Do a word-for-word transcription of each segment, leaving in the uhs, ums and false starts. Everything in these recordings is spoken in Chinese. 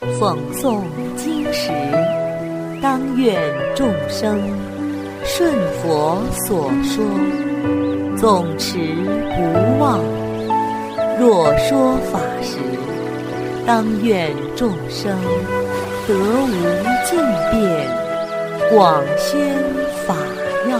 讽诵今时，当愿众生顺佛所说，总持不忘。若说法时，当愿众生得无尽变，广宣法要。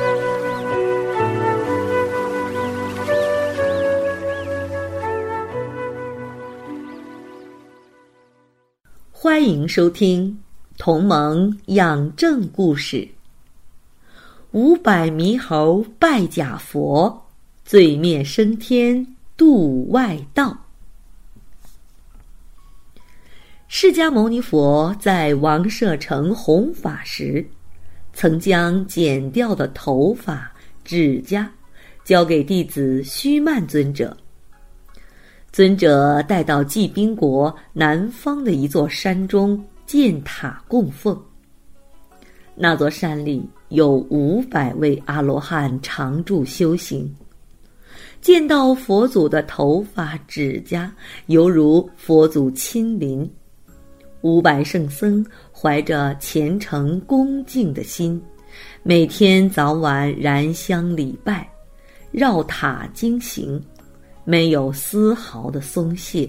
欢迎收听同盟养正故事。五百猕猴拜假佛，罪灭升天度外道。释迦牟尼佛在王舍城弘法时，曾将剪掉的头发、指甲交给弟子须曼尊者。尊者带到稷宾国南方的一座山中建塔供奉。那座山里有五百位阿罗汉常住修行，见到佛祖的头发、指甲，犹如佛祖亲临。五百圣僧怀着虔诚恭敬的心，每天早晚燃香礼拜，绕塔经行，没有丝毫的松懈。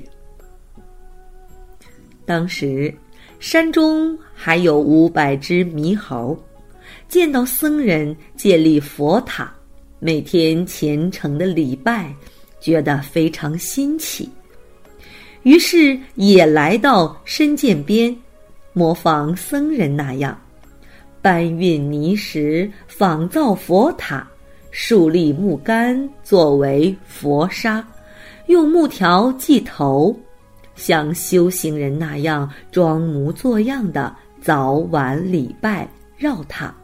当时山中还有五百只猕猴，见到僧人建立佛塔，每天虔诚的礼拜，觉得非常新奇，于是也来到深涧边，模仿僧人那样，搬运泥石，仿造佛塔，树立木杆作为佛刹，用木条系头，像修行人那样装模作样的早晚礼拜绕塔。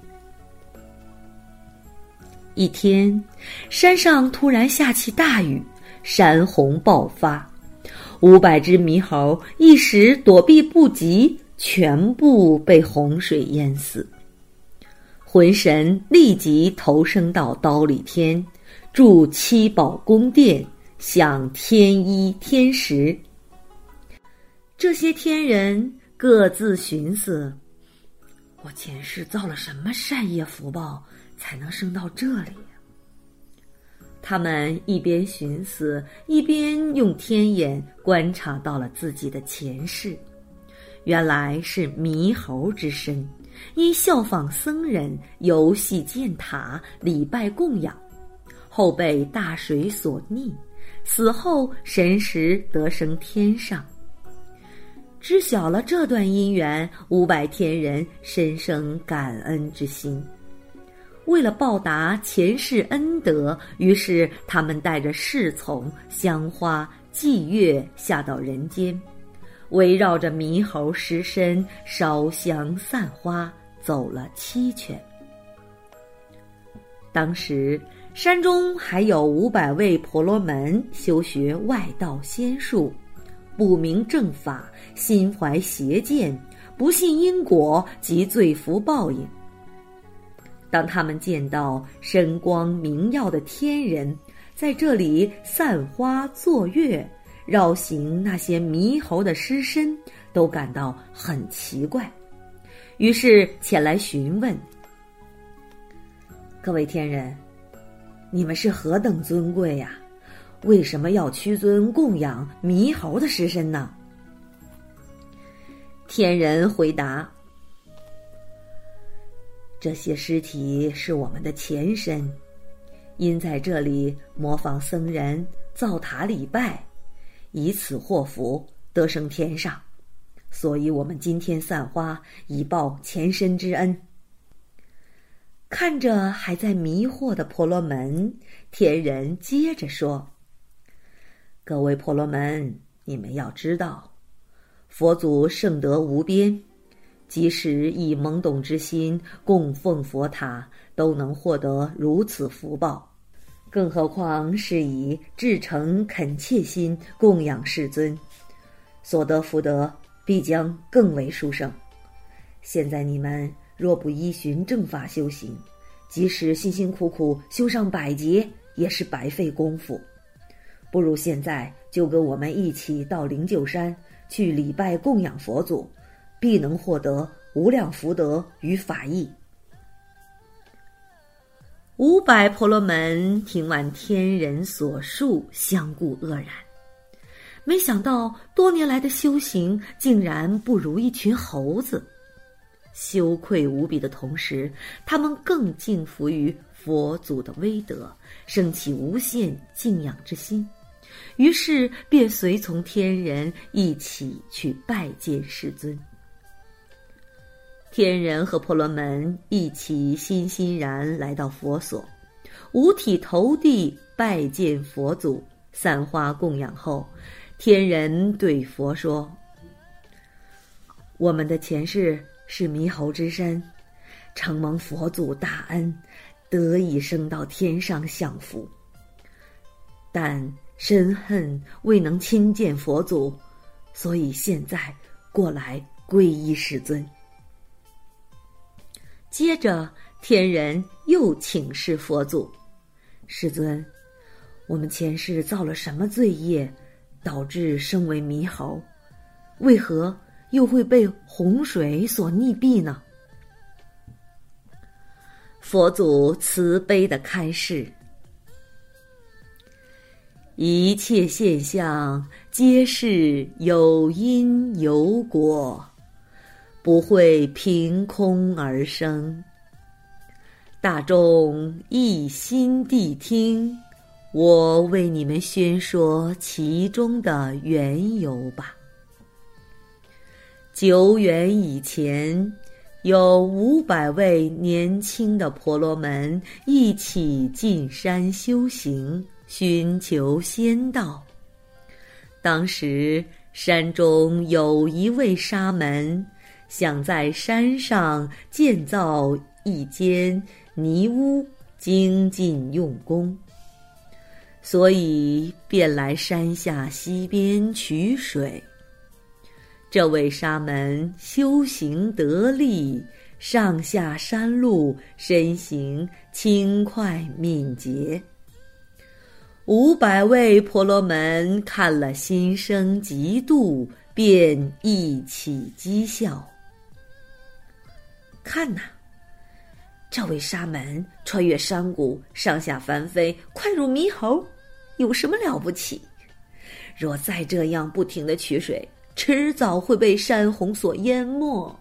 一天，山上突然下起大雨，山洪爆发，五百只猕猴一时躲避不及，全部被洪水淹死。魂神立即投生到忉利天，住七宝宫殿，享天衣天食。这些天人各自寻思，我前世造了什么善业福报，才能生到这里？他们一边寻思，一边用天眼观察到了自己的前世，原来是猕猴之身，因效仿僧人游戏建塔，礼拜供养，后被大水所溺，死后神识得升天上。知晓了这段因缘，五百天人深生感恩之心。为了报答前世恩德，于是他们带着侍从、香花、祭月下到人间，围绕着猕猴尸身烧香散花，走了七圈。当时山中还有五百位婆罗门修学外道仙术，不明正法，心怀邪见，不信因果及罪福报应。当他们见到身光明耀的天人在这里散花作乐，绕行那些猕猴的尸身，都感到很奇怪，于是前来询问：各位天人，你们是何等尊贵呀？为什么要屈尊供养猕猴的尸身呢？天人回答：这些尸体是我们的前身，因在这里模仿僧人造塔礼拜，以此获福，得升天上，所以我们今天散花，以报前身之恩。看着还在迷惑的婆罗门，天人接着说：各位婆罗门，你们要知道，佛祖圣德无边，即使以懵懂之心供奉佛塔，都能获得如此福报，更何况是以至诚恳切心供养世尊，所得福德必将更为殊胜。现在你们若不依循正法修行，即使辛辛苦苦修上百劫，也是白费功夫。不如现在就跟我们一起到灵鹫山去礼拜供养佛祖，必能获得无量福德与法益。五百婆罗门听完天人所述，相顾愕然。没想到多年来的修行竟然不如一群猴子，羞愧无比的同时，他们更敬服于佛祖的威德，升起无限敬仰之心，于是便随从天人一起去拜见世尊。天人和婆罗门一起欣欣然来到佛所，五体投地拜见佛祖，散花供养后，天人对佛说：我们的前世是猕猴之身，承蒙佛祖大恩，得以升到天上享福，但深恨未能亲见佛祖，所以现在过来皈依世尊。接着天人又请示佛祖：世尊，我们前世造了什么罪业，导致生为猕猴？为何又会被洪水所溺毙呢？佛祖慈悲地开示：一切现象皆是有因有果，不会凭空而生。大众一心谛听，我为你们宣说其中的缘由吧。久远以前，有五百位年轻的婆罗门一起进山修行，寻求仙道。当时山中有一位沙门，想在山上建造一间泥屋，精进用功，所以便来山下溪边取水。这位沙门修行得力，上下山路身形轻快敏捷。五百位婆罗门看了心生嫉妒，便一起讥笑。看哪，这位沙门穿越山谷，上下翻飞，快如猕猴，有什么了不起？若再这样不停地取水，迟早会被山洪所淹没。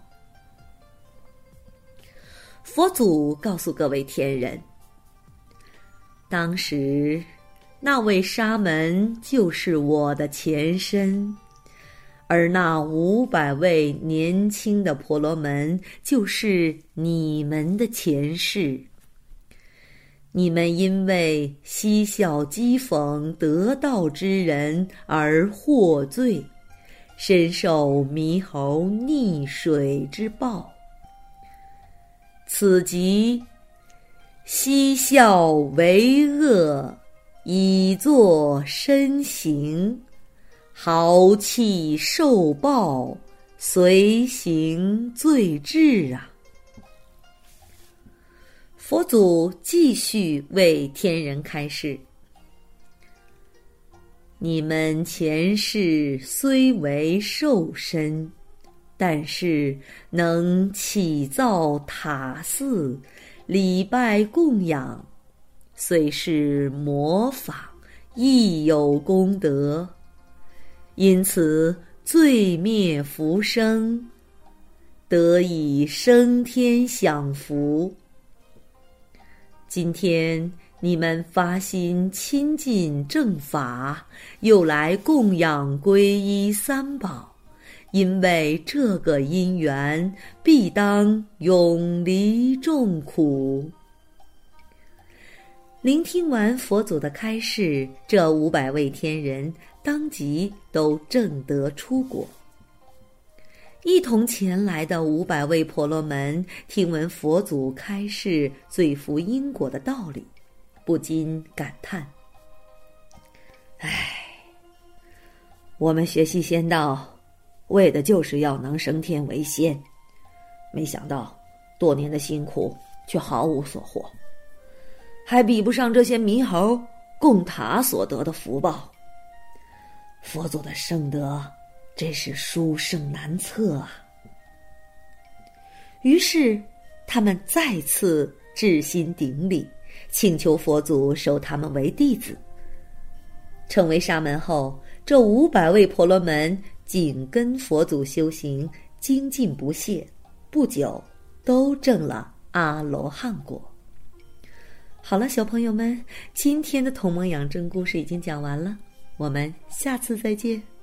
佛祖告诉各位天人，当时那位沙门就是我的前身，而那五百位年轻的婆罗门就是你们的前世。你们因为嬉笑讥讽得道之人而获罪，深受猕猴溺水之报。此即嬉笑为恶，以作身形，豪气受报，随行罪至啊！佛祖继续为天人开示：你们前世虽为兽身，但是能起造塔寺，礼拜供养，虽是魔法，亦有功德，因此罪灭福生，得以升天享福。今天你们发心亲近正法，又来供养皈依三宝，因为这个因缘，必当永离众苦。聆听完佛祖的开示，这五百位天人当即都证得出果。一同前来的五百位婆罗门听闻佛祖开示罪福因果的道理，不禁感叹：唉，我们学习仙道，为的就是要能升天为仙，没想到多年的辛苦却毫无所获，还比不上这些猕猴供塔所得的福报。佛祖的圣德真是殊胜难测啊。于是他们再次至心顶礼，请求佛祖收他们为弟子。成为沙门后，这五百位婆罗门紧跟佛祖修行，精进不懈，不久都证了阿罗汉果。好了，小朋友们，今天的同盟养正故事已经讲完了，我们下次再见。